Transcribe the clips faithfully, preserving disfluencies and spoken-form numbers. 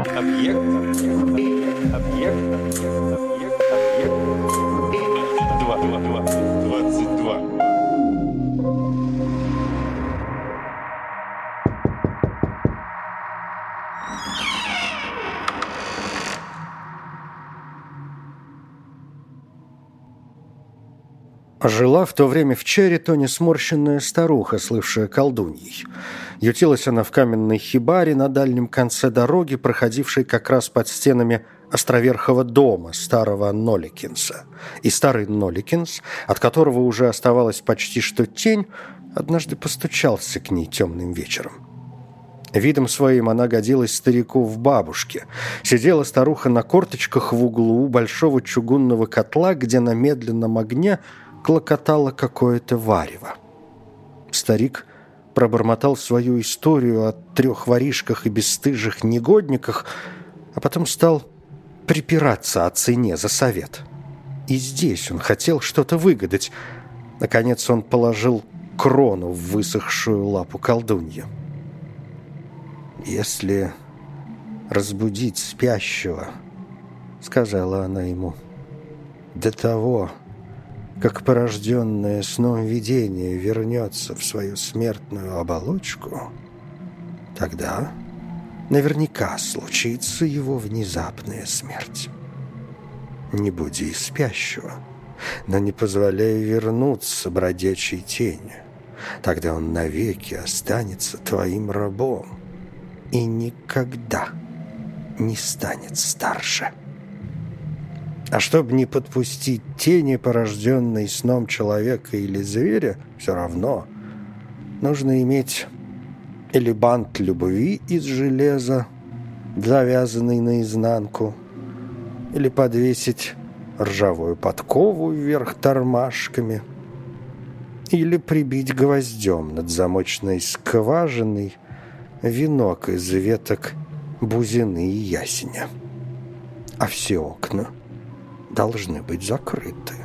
Объект. Объект. Объект. Объект. Объект. Два. Два. Два. Двадцать два. Жила в то время в Черритоне сморщенная старуха, слывшая колдуньей. Ютилась она в каменной хибаре на дальнем конце дороги, проходившей как раз под стенами островерхого дома старого Нолликинса. И старый Нолликинс, от которого уже оставалась почти что тень, однажды постучался к ней темным вечером. Видом своим она годилась старику в бабушке. Сидела старуха на корточках в углу большого чугунного котла, где на медленном огне клокотало какое-то варево. Старик пробормотал свою историю о трех воришках и бесстыжих негодниках, а потом стал припираться о цене за совет. И здесь он хотел что-то выгадать. Наконец он положил крону в высохшую лапу колдуньи. «Если разбудить спящего, — сказала она ему, — до того, как порожденное сном видение вернется в свою смертную оболочку, тогда наверняка случится его внезапная смерть. Не буди спящего, но не позволяй вернуться бродячей тени. Тогда он навеки останется твоим рабом и никогда не станет старше. А чтобы не подпустить тени, порожденной сном человека или зверя, все равно нужно иметь или бант любви из железа, завязанный наизнанку, или подвесить ржавую подкову вверх тормашками, или прибить гвоздем над замочной скважиной венок из веток бузины и ясеня. А все окна должны быть закрыты.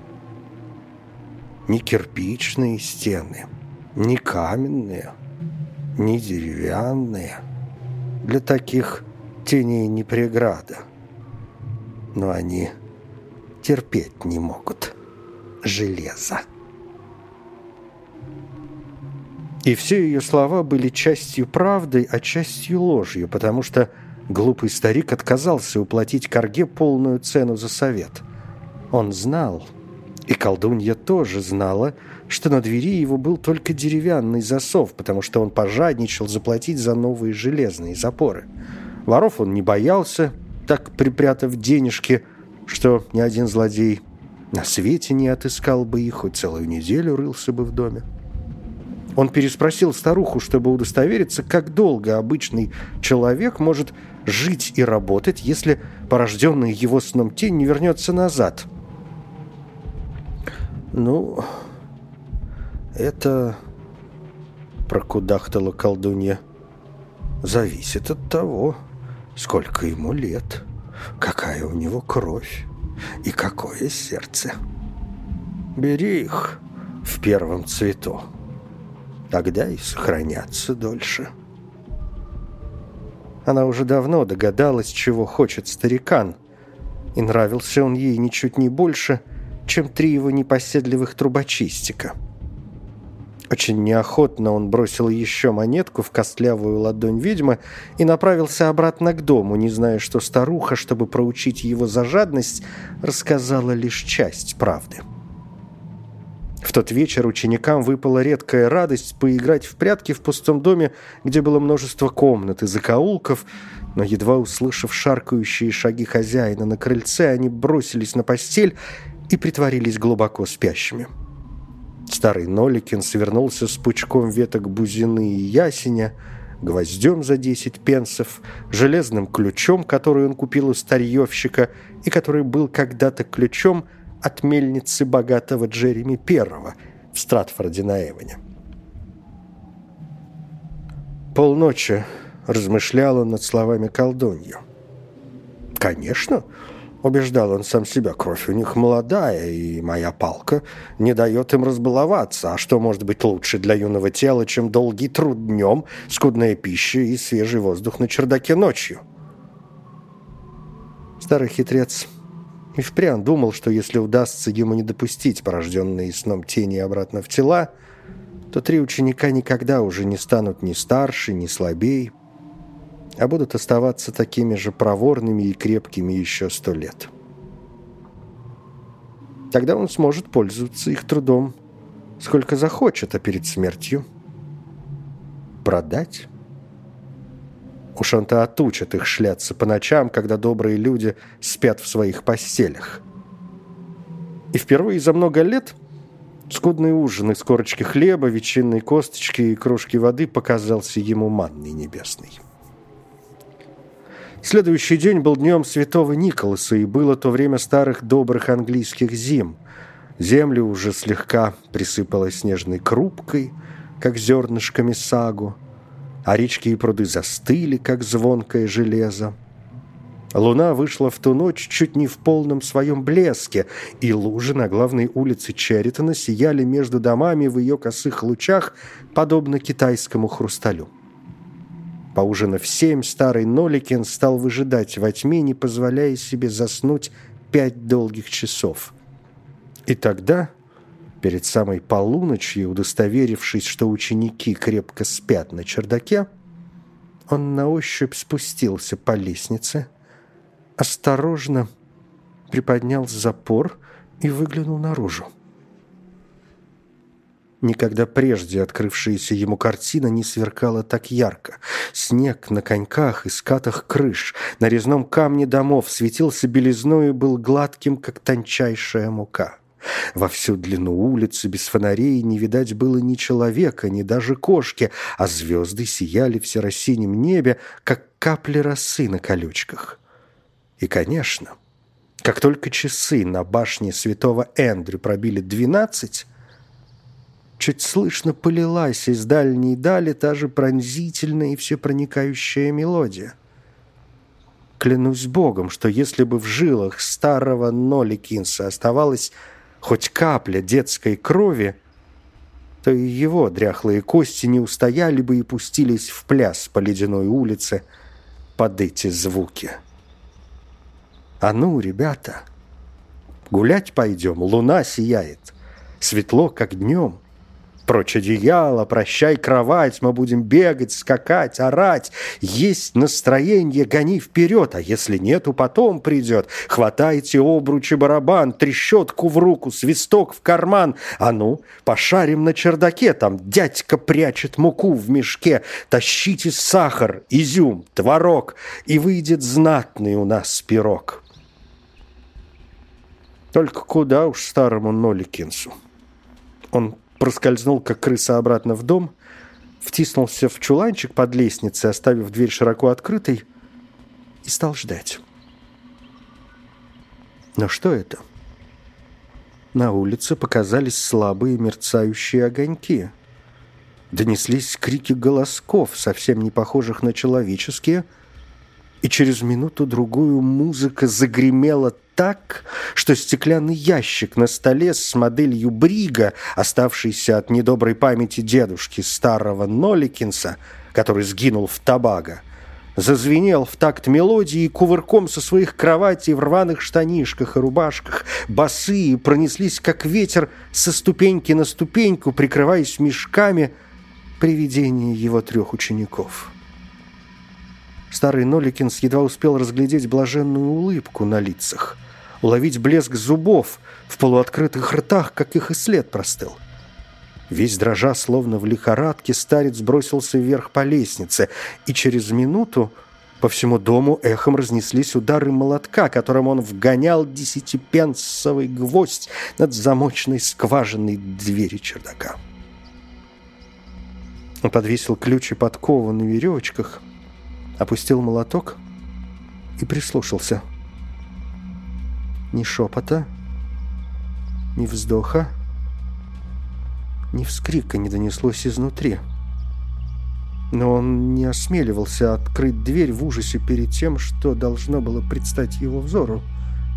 Ни кирпичные стены, ни каменные, ни деревянные. Для таких теней не преграда. Но они терпеть не могут железа. И все ее слова были частью правды, а частью ложью, потому что глупый старик отказался уплатить корге полную цену за совет. Он знал, и колдунья тоже знала, что на двери его был только деревянный засов, потому что он пожадничал заплатить за новые железные запоры. Воров он не боялся, так припрятав денежки, что ни один злодей на свете не отыскал бы их, хоть целую неделю рылся бы в доме. Он переспросил старуху, чтобы удостовериться, как долго обычный человек может жить и работать, если порожденная его сном тень не вернется назад. «Ну, это, — прокудахтала колдунья, — зависит от того, сколько ему лет, какая у него кровь и какое сердце. Бери их в первом цвету. Тогда и сохранятся дольше». Она уже давно догадалась, чего хочет старикан, и нравился он ей ничуть не больше, чем три его непоседливых трубочистика. Очень неохотно он бросил еще монетку в костлявую ладонь ведьмы и направился обратно к дому, не зная, что старуха, чтобы проучить его за жадность, рассказала лишь часть правды. В тот вечер ученикам выпала редкая радость поиграть в прятки в пустом доме, где было множество комнат и закоулков, но, едва услышав шаркающие шаги хозяина на крыльце, они бросились на постель и притворились глубоко спящими. Старый Нолликин свернулся с пучком веток бузины и ясеня, гвоздем за десять пенсов, железным ключом, который он купил у старьевщика и который был когда-то ключом от мельницы богатого Джереми Первого в Стратфорде на Эвоне. Полночи размышлял он над словами колдуньи. «Конечно, — убеждал он сам себя, — кровь у них молодая, и моя палка не дает им разбаловаться. А что может быть лучше для юного тела, чем долгий труд днем, скудная пища и свежий воздух на чердаке ночью? Старый хитрец и впрямь думал, что если удастся ему не допустить порожденные сном тени обратно в тела, то три ученика никогда уже не станут ни старше, ни слабей, а будут оставаться такими же проворными и крепкими еще сто лет. Тогда он сможет пользоваться их трудом сколько захочет, а перед смертью продать. Уж он-то отучит их шляться по ночам, когда добрые люди спят в своих постелях. И впервые за много лет скудный ужин из корочки хлеба, ветчинной косточки и кружки воды показался ему манной небесной. Следующий день был днем святого Николаса, и было то время старых добрых английских зим. Земля уже слегка присыпала снежной крупкой, как зернышками сагу, а речки и пруды застыли, как звонкое железо. Луна вышла в ту ночь чуть не в полном своем блеске, и лужи на главной улице Черритона сияли между домами в ее косых лучах, подобно китайскому хрусталю. Поужинав в семь, старый Ноликин стал выжидать во тьме, не позволяя себе заснуть пять долгих часов. И тогда, перед самой полуночью, удостоверившись, что ученики крепко спят на чердаке, он на ощупь спустился по лестнице, осторожно приподнял запор и выглянул наружу. Никогда прежде открывшаяся ему картина не сверкала так ярко. Снег на коньках и скатах крыш, на резном камне домов светился белизной и был гладким, как тончайшая мука. Во всю длину улицы без фонарей не видать было ни человека, ни даже кошки, а звезды сияли в серо-синем небе, как капли росы на колючках. И, конечно, как только часы на башне святого Эндрю пробили двенадцать, чуть слышно полилась из дальней дали та же пронзительная и всепроникающая мелодия. Клянусь Богом, что если бы в жилах старого Ноликинса оставалась хоть капля детской крови, то и его дряхлые кости не устояли бы и пустились в пляс по ледяной улице под эти звуки. А ну, ребята, гулять пойдем, луна сияет, светло, как днем. Прочь одеяло, прощай кровать, мы будем бегать, скакать, орать. Есть настроение, гони вперед, а если нету, потом придет. Хватайте обруч и барабан, трещотку в руку, свисток в карман. А ну, пошарим на чердаке, там дядька прячет муку в мешке. Тащите сахар, изюм, творог, и выйдет знатный у нас пирог. Только куда уж старому Ноликинсу. Он проскользнул, как крыса, обратно в дом, втиснулся в чуланчик под лестницей, оставив дверь широко открытой, и стал ждать. Но что это? На улице показались слабые мерцающие огоньки. Донеслись крики голосков, совсем не похожих на человеческие, и через минуту-другую музыка загремела так, что стеклянный ящик на столе с моделью Брига, оставшийся от недоброй памяти дедушки старого Ноликинса, который сгинул в Тобаго, зазвенел в такт мелодии и кувырком со своих кроватей в рваных штанишках и рубашках босые пронеслись, как ветер, со ступеньки на ступеньку, прикрываясь мешками привидения его трех учеников. Старый Ноликинс едва успел разглядеть блаженную улыбку на лицах, уловить блеск зубов в полуоткрытых ртах, как их и след простыл. Весь дрожа, словно в лихорадке, старец бросился вверх по лестнице, и через минуту по всему дому эхом разнеслись удары молотка, которым он вгонял десятипенсовый гвоздь над замочной скважиной двери чердака. Он подвесил ключ и подкову на веревочках, опустил молоток и прислушался. Ни шепота, ни вздоха, ни вскрика не донеслось изнутри. Но он не осмеливался открыть дверь в ужасе перед тем, что должно было предстать его взору.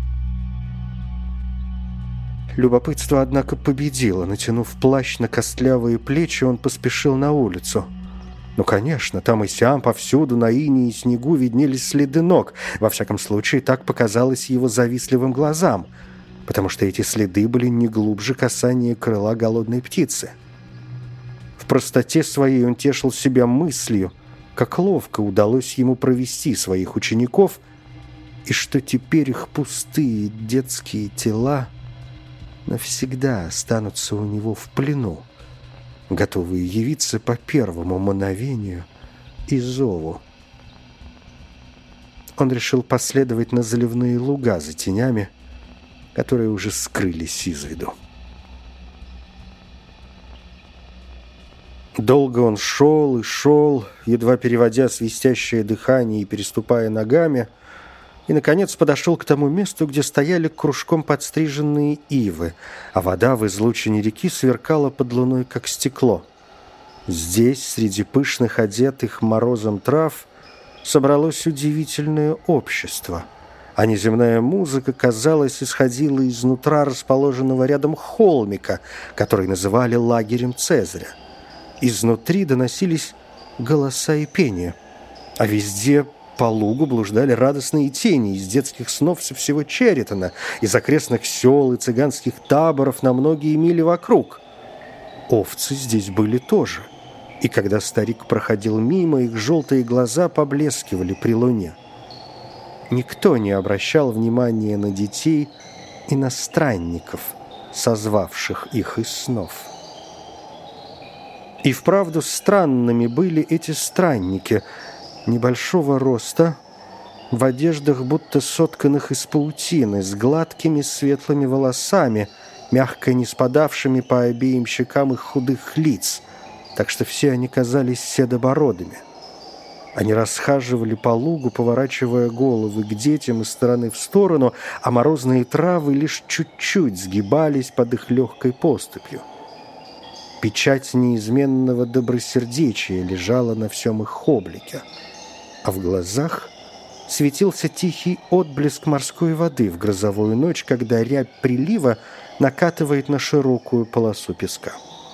Любопытство, однако, победило. Натянув плащ на костлявые плечи, он поспешил на улицу. Ну, конечно, там и сям, повсюду на инее и снегу виднелись следы ног. Во всяком случае, так показалось его завистливым глазам, потому что эти следы были не глубже касания крыла голодной птицы. В простоте своей он тешил себя мыслью, как ловко удалось ему провести своих учеников, и что теперь их пустые детские тела навсегда останутся у него в плену, готовые явиться по первому мановению и зову. Он решил последовать на заливные луга за тенями, которые уже скрылись из виду. Долго он шел и шел, едва переводя свистящее дыхание и переступая ногами, и, наконец, подошел к тому месту, где стояли кружком подстриженные ивы, а вода в излучине реки сверкала под луной, как стекло. Здесь, среди пышных, одетых морозом трав, собралось удивительное общество, а неземная музыка, казалось, исходила изнутра расположенного рядом холмика, который называли лагерем Цезаря. Изнутри доносились голоса и пение, а везде по лугу блуждали радостные тени из детских снов со всего Черетона, из окрестных сел и цыганских таборов на многие мили вокруг. Овцы здесь были тоже, и когда старик проходил мимо, их желтые глаза поблескивали при луне. Никто не обращал внимания на детей и на странников, созвавших их из снов. И вправду странными были эти странники, небольшого роста, в одеждах, будто сотканных из паутины, с гладкими светлыми волосами, мягко не спадавшими по обеим щекам их худых лиц, так что все они казались седобородыми. Они расхаживали по лугу, поворачивая головы к детям из стороны в сторону, а морозные травы лишь чуть-чуть сгибались под их легкой поступью. Печать неизменного добросердечия лежала на всем их облике, а в глазах светился тихий отблеск морской воды в грозовую ночь, когда рябь прилива накатывает на широкую полосу песка.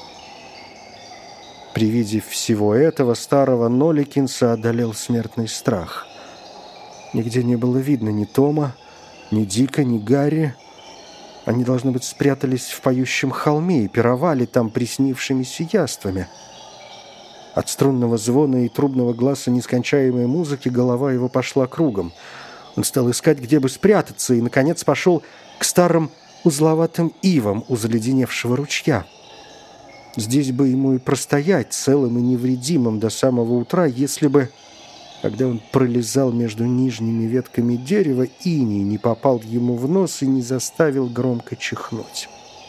При виде всего этого старого Ноликинса одолел смертный страх. Нигде не было видно ни Тома, ни Дика, ни Гарри. Они, должно быть, спрятались в поющем холме и пировали там приснившимися яствами. От струнного звона и трубного гласа нескончаемой музыки голова его пошла кругом. Он стал искать, где бы спрятаться, и, наконец, пошел к старым узловатым ивам у заледеневшего ручья. Здесь бы ему и простоять целым и невредимым до самого утра, если бы, когда он пролезал между нижними ветками дерева, иней не попал ему в нос и не заставил громко чихнуть.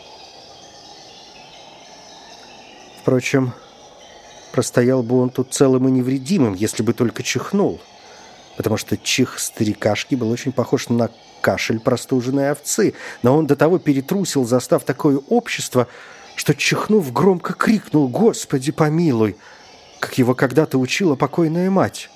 Впрочем, простоял бы он тут целым и невредимым, если бы только чихнул, потому что чих старикашки был очень похож на кашель простуженной овцы, но он до того перетрусил, застав такое общество, что, чихнув, громко крикнул: «Господи, помилуй!», как его когда-то учила покойная мать.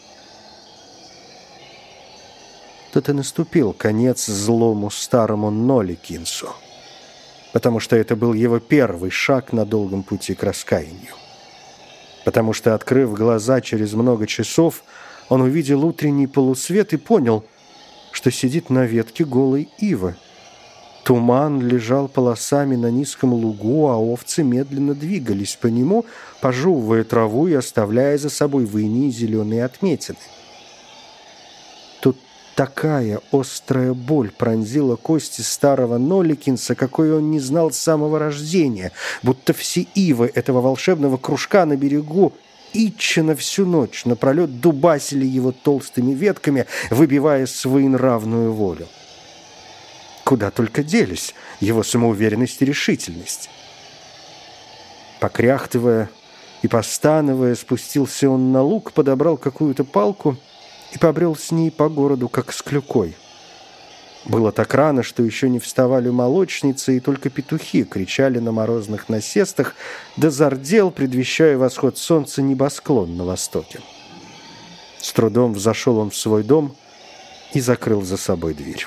Тут и наступил конец злому старому Ноликинсу, потому что это был его первый шаг на долгом пути к раскаянию. Потому что, открыв глаза через много часов, он увидел утренний полусвет и понял, что сидит на ветке голой ивы. Туман лежал полосами на низком лугу, а овцы медленно двигались по нему, пожевывая траву и оставляя за собой в инии зеленые отметины. Тут такая острая боль пронзила кости старого Ноликинса, какой он не знал с самого рождения, будто все ивы этого волшебного кружка на берегу Итчина всю ночь напролет дубасили его толстыми ветками, выбивая своенравную волю. Куда только делись его самоуверенность и решительность. Покряхтывая и постановая, спустился он на луг, подобрал какую-то палку и побрел с ней по городу, как с клюкой. Было так рано, что еще не вставали молочницы, и только петухи кричали на морозных насестах, да зардел, предвещая восход солнца, небосклон на востоке. С трудом взошел он в свой дом и закрыл за собой дверь.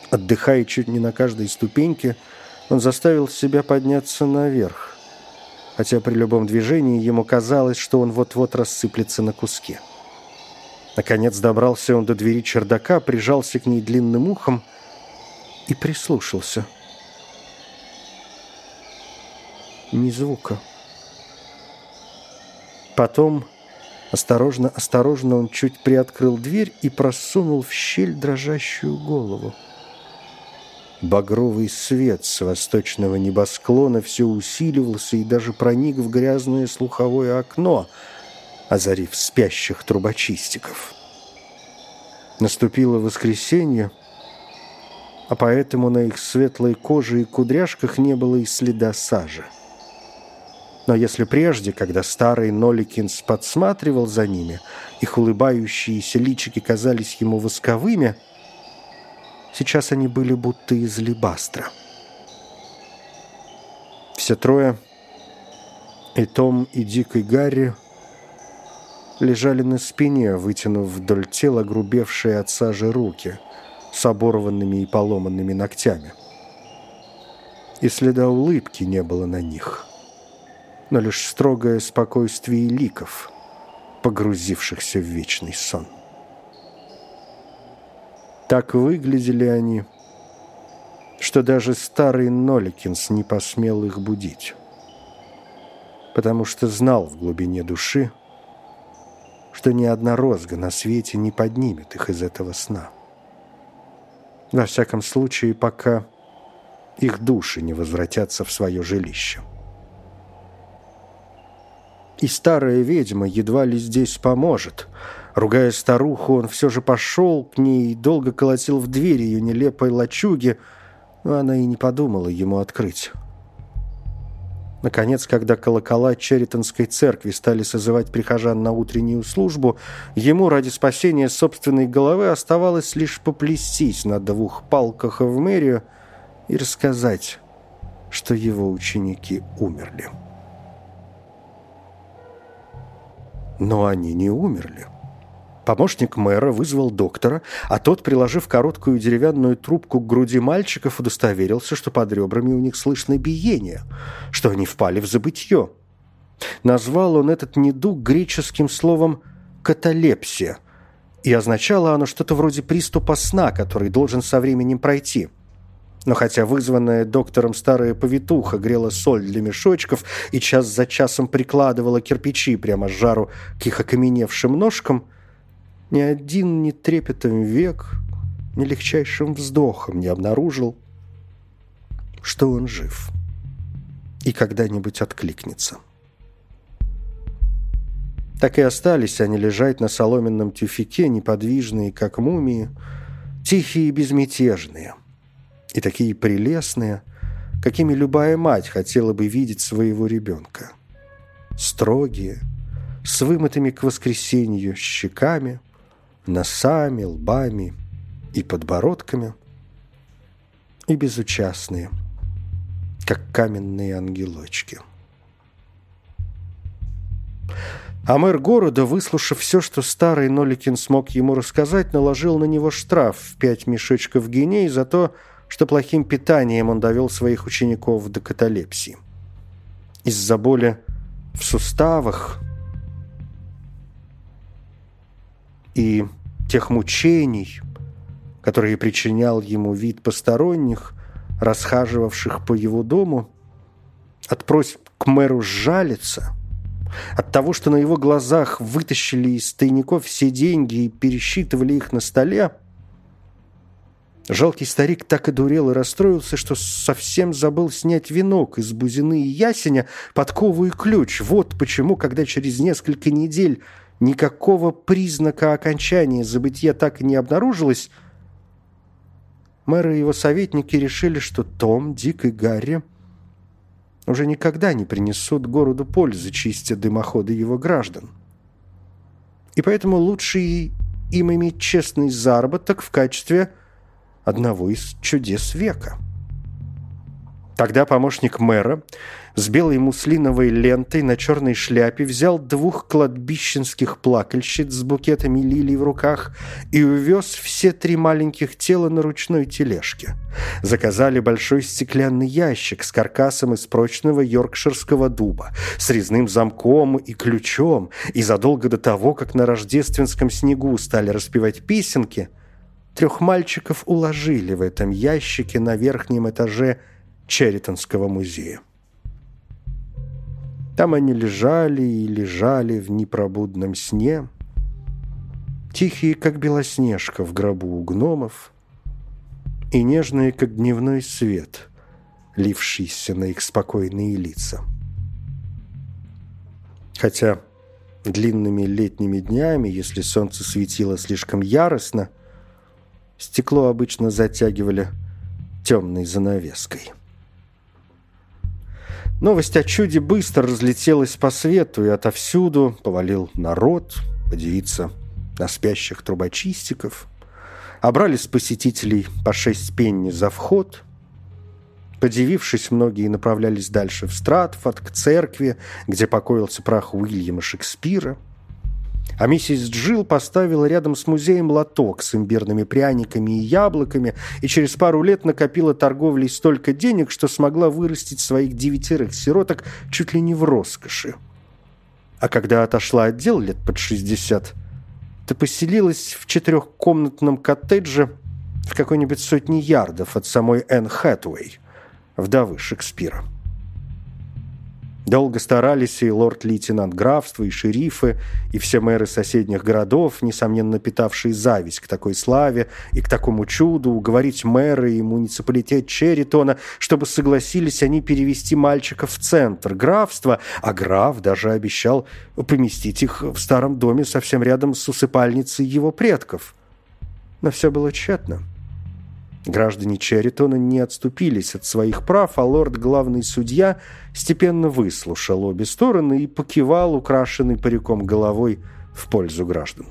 Отдыхая чуть не на каждой ступеньке, он заставил себя подняться наверх. хотя при любом движении ему казалось, что он вот-вот рассыплется на куски. Наконец добрался он до двери чердака, прижался к ней длинным ухом и прислушался. Ни звука. Потом, осторожно-осторожно, он чуть приоткрыл дверь и просунул в щель дрожащую голову. Багровый свет с восточного небосклона все усиливался и даже проник в грязное слуховое окно, озарив спящих трубочистиков. Наступило воскресенье, а поэтому на их светлой коже и кудряшках не было и следа сажи. Но если прежде, когда старый Ноликинс подсматривал за ними, их улыбающиеся личики казались ему восковыми, сейчас они были будто из алебастра. Все трое, и Том, и Дик, и Гарри, лежали на спине, вытянув вдоль тела грубевшие от сажи руки с оборванными и поломанными ногтями. И следа улыбки не было на них, но лишь строгое спокойствие ликов, погрузившихся в вечный сон. Так выглядели они, что даже старый Ноликинс не посмел их будить, потому что знал в глубине души, что ни одна розга на свете не поднимет их из этого сна. Во всяком случае, пока их души не возвратятся в свое жилище. И старая ведьма едва ли здесь поможет. Ругая старуху, он все же пошел к ней и долго колотил в дверь ее нелепой лачуги, но она и не подумала ему открыть. Наконец, когда колокола Черритонской церкви стали созывать прихожан на утреннюю службу, ему ради спасения собственной головы оставалось лишь поплестись на двух палках в мэрию и рассказать, что его ученики умерли. Но они не умерли. Помощник мэра вызвал доктора, а тот, приложив короткую деревянную трубку к груди мальчиков, удостоверился, что под ребрами у них слышно биение, что они впали в забытье. Назвал он этот недуг греческим словом «каталепсия», и означало оно что-то вроде приступа сна, который должен со временем пройти. Но хотя вызванная доктором старая повитуха грела соль для мешочков и час за часом прикладывала кирпичи прямо с жару к их окаменевшим ножкам, ни один ни трепетом век, ни легчайшим вздохом не обнаружил, что он жив и когда-нибудь откликнется. Так и остались они лежать на соломенном тюфяке, неподвижные, как мумии, тихие и безмятежные, и такие прелестные, какими любая мать хотела бы видеть своего ребенка. Строгие, с вымытыми к воскресенью щеками, носами, лбами и подбородками, и безучастные, как каменные ангелочки. А мэр города, выслушав все, что старый Ноликин смог ему рассказать, наложил на него штраф в пять мешочков гиней за то, что плохим питанием он довел своих учеников до каталепсии. Из-за боли в суставах и тех мучений, которые причинял ему вид посторонних, расхаживавших по его дому, от просьб к мэру сжалиться, от того, что на его глазах вытащили из тайников все деньги и пересчитывали их на столе, жалкий старик так одурел и расстроился, что совсем забыл снять венок из бузины и ясеня, подкову и ключ. Вот почему, когда через несколько недель никакого признака окончания забытья так и не обнаружилось, мэр и его советники решили, что Том, Дик и Гарри уже никогда не принесут городу пользы, чистя дымоходы его граждан. И поэтому лучше им иметь честный заработок в качестве одного из чудес века. Тогда помощник мэра с белой муслиновой лентой на черной шляпе взял двух кладбищенских плакальщиц с букетами лилий в руках и увез все три маленьких тела на ручной тележке. Заказали большой стеклянный ящик с каркасом из прочного йоркширского дуба, с резным замком и ключом, и задолго до того, как на рождественском снегу стали распевать песенки, трех мальчиков уложили в этом ящике на верхнем этаже Черритонского музея. Там они лежали и лежали в непробудном сне, тихие, как белоснежка в гробу у гномов, и нежные, как дневной свет, лившийся на их спокойные лица. Хотя длинными летними днями, если солнце светило слишком яростно, стекло обычно затягивали темной занавеской. Новость о чуде быстро разлетелась по свету, и отовсюду повалил народ подивиться на спящих трубочистиков. Обрали с посетителей по шесть пенни за вход. Подивившись, многие направлялись дальше в Стратфорд, к церкви, где покоился прах Уильяма Шекспира. А миссис Джилл поставила рядом с музеем лоток с имбирными пряниками и яблоками и через пару лет накопила торговлей столько денег, что смогла вырастить своих девятерых сироток чуть ли не в роскоши. А когда отошла от дел лет под шестьдесят, то поселилась в четырехкомнатном коттедже в какой-нибудь сотне ярдов от самой Энн Хэтэуэй, вдовы Шекспира. Долго старались и лорд-лейтенант графства, и шерифы, и все мэры соседних городов, несомненно питавшие зависть к такой славе и к такому чуду, уговорить мэра и муниципалитет Черритона, чтобы согласились они перевести мальчиков в центр графства, а граф даже обещал поместить их в старом доме совсем рядом с усыпальницей его предков. Но все было тщетно. Граждане Черритона не отступились от своих прав, а лорд-главный судья степенно выслушал обе стороны и покивал украшенный париком головой в пользу граждан.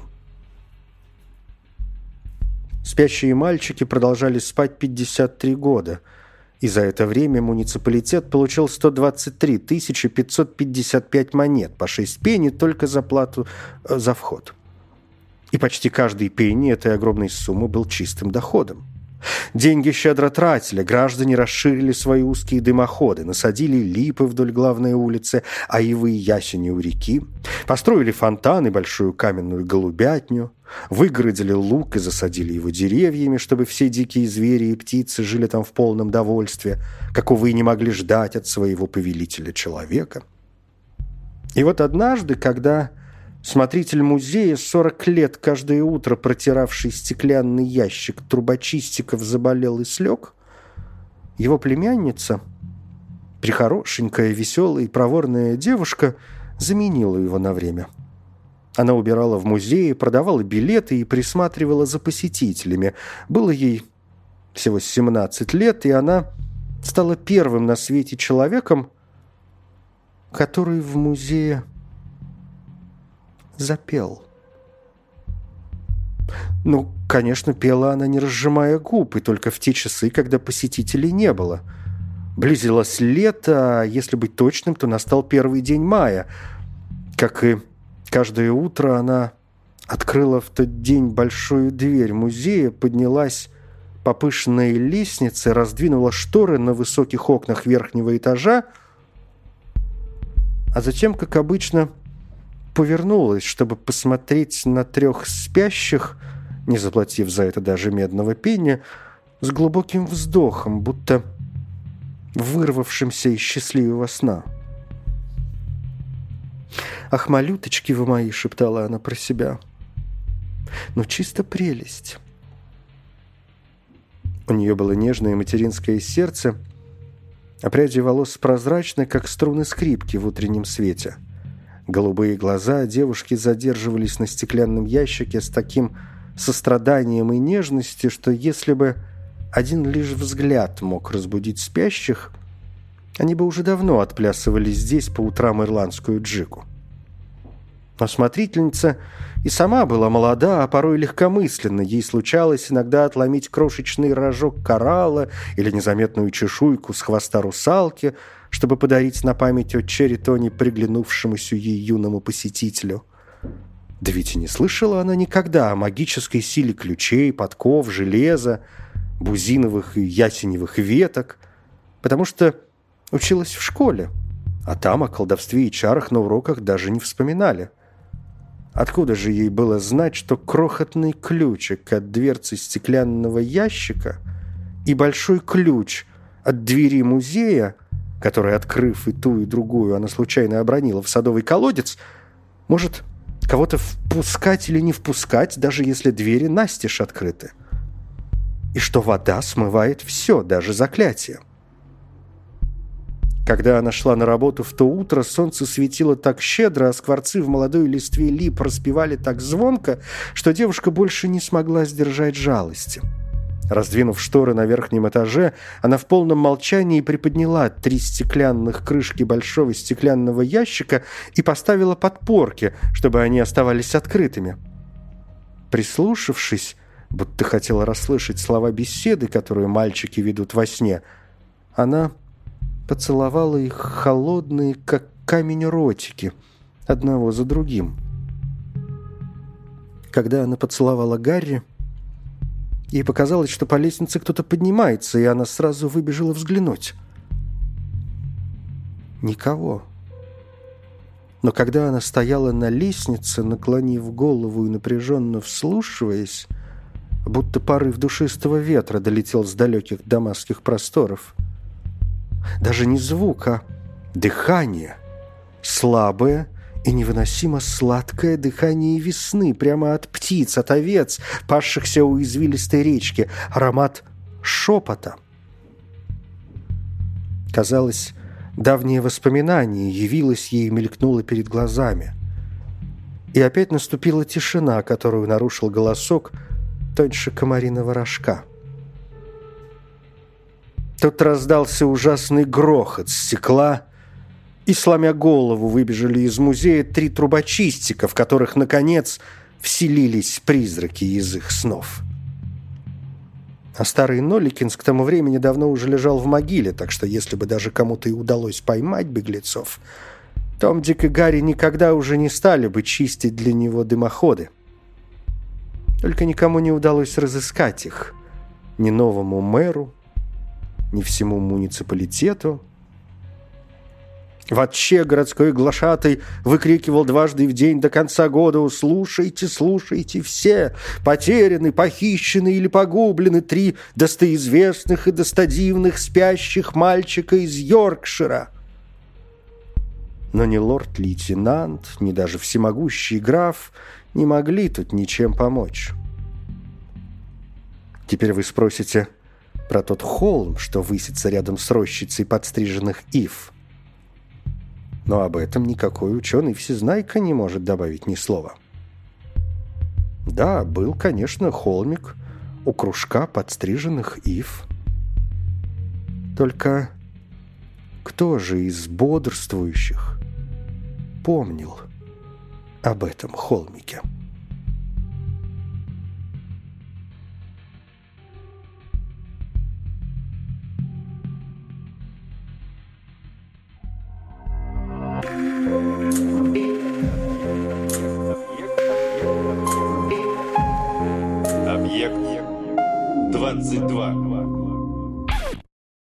Спящие мальчики продолжали спать пятьдесят три года, и за это время муниципалитет получил сто двадцать три тысячи пятьсот пятьдесят пять монет по шесть пенни только за плату э, за вход. И почти каждый пенни этой огромной суммы был чистым доходом. Деньги щедро тратили, граждане расширили свои узкие дымоходы, насадили липы вдоль главной улицы, а ивы и ясени у реки, построили фонтан и большую каменную голубятню, выгородили луг и засадили его деревьями, чтобы все дикие звери и птицы жили там в полном довольстве, какого и не могли ждать от своего повелителя-человека. И вот однажды, когда смотритель музея, сорок лет каждое утро протиравший стеклянный ящик трубочистиков, заболел и слег, его племянница, прихорошенькая, веселая и проворная девушка, заменила его на время. Она убирала в музее, продавала билеты и присматривала за посетителями. Было ей всего семнадцать лет, и она стала первым на свете человеком, который в музее запел. Ну, конечно, пела она, не разжимая губ, и только в те часы, когда посетителей не было. Близилось лето, а если быть точным, то настал первый день мая. Как и каждое утро, она открыла в тот день большую дверь музея, поднялась по пышной лестнице, раздвинула шторы на высоких окнах верхнего этажа, а затем, как обычно, повернулась, чтобы посмотреть на трех спящих, не заплатив за это даже медного пенни, с глубоким вздохом, будто вырвавшимся из счастливого сна. «Ах, малюточки вы мои!» — шептала она про себя. «Ну, чисто прелесть!» У нее было нежное материнское сердце, а пряди волос прозрачны, как струны скрипки в утреннем свете. Голубые глаза девушки задерживались на стеклянном ящике с таким состраданием и нежностью, что если бы один лишь взгляд мог разбудить спящих, они бы уже давно отплясывали здесь по утрам ирландскую джигу. Но смотрительница и сама была молода, а порой легкомысленна. Ей случалось иногда отломить крошечный рожок коралла или незаметную чешуйку с хвоста русалки, чтобы подарить на память о Черритоне приглянувшемуся ей юному посетителю. Да ведь и не слышала она никогда о магической силе ключей, подков, железа, бузиновых и ясеневых веток, потому что училась в школе, а там о колдовстве и чарах на уроках даже не вспоминали. Откуда же ей было знать, что крохотный ключик от дверцы стеклянного ящика и большой ключ от двери музея, который, открыв и ту, и другую, она случайно обронила в садовый колодец, может кого-то впускать или не впускать, даже если двери настежь открыты? И что вода смывает все, даже заклятие. Когда она шла на работу в то утро, солнце светило так щедро, а скворцы в молодой листве лип распевали так звонко, что девушка больше не смогла сдержать жалости. Раздвинув шторы на верхнем этаже, она в полном молчании приподняла три стеклянных крышки большого стеклянного ящика и поставила подпорки, чтобы они оставались открытыми. Прислушавшись, будто хотела расслышать слова беседы, которую мальчики ведут во сне, она поцеловала их холодные, как камень, ротики, одного за другим. Когда она поцеловала Гарри, ей показалось, что по лестнице кто-то поднимается, и она сразу выбежала взглянуть. Никого. Но когда она стояла на лестнице, наклонив голову и напряженно вслушиваясь, будто порыв душистого ветра долетел с далеких дамасских просторов, даже не звук, а дыхание, слабое и невыносимо сладкое дыхание весны, прямо от птиц, от овец, пасшихся у извилистой речки, аромат шепота. Казалось, давнее воспоминание явилось ей и мелькнуло перед глазами. И опять наступила тишина, которую нарушил голосок тоньше комариного рожка. Тут раздался ужасный грохот стекла, и, сломя голову, выбежали из музея три трубочистика, в которых, наконец, вселились призраки из их снов. А старый Нолликинс к тому времени давно уже лежал в могиле, так что если бы даже кому-то и удалось поймать беглецов, Том, Дик и Гарри никогда уже не стали бы чистить для него дымоходы. Только никому не удалось разыскать их. Ни новому мэру, ни всему муниципалитету. Вообще городской глашатай выкрикивал дважды в день до конца года: «Слушайте, слушайте все! Потеряны, похищены или погублены три достоизвестных и достодивных спящих мальчика из Йоркшира!» Но ни лорд-лейтенант, ни даже всемогущий граф не могли тут ничем помочь. Теперь вы спросите про тот холм, что высится рядом с рощицей подстриженных ив. Но об этом никакой ученый-всезнайка не может добавить ни слова. Да, был, конечно, холмик у кружка подстриженных ив. Только кто же из бодрствующих помнил об этом холмике? Объект двадцать два.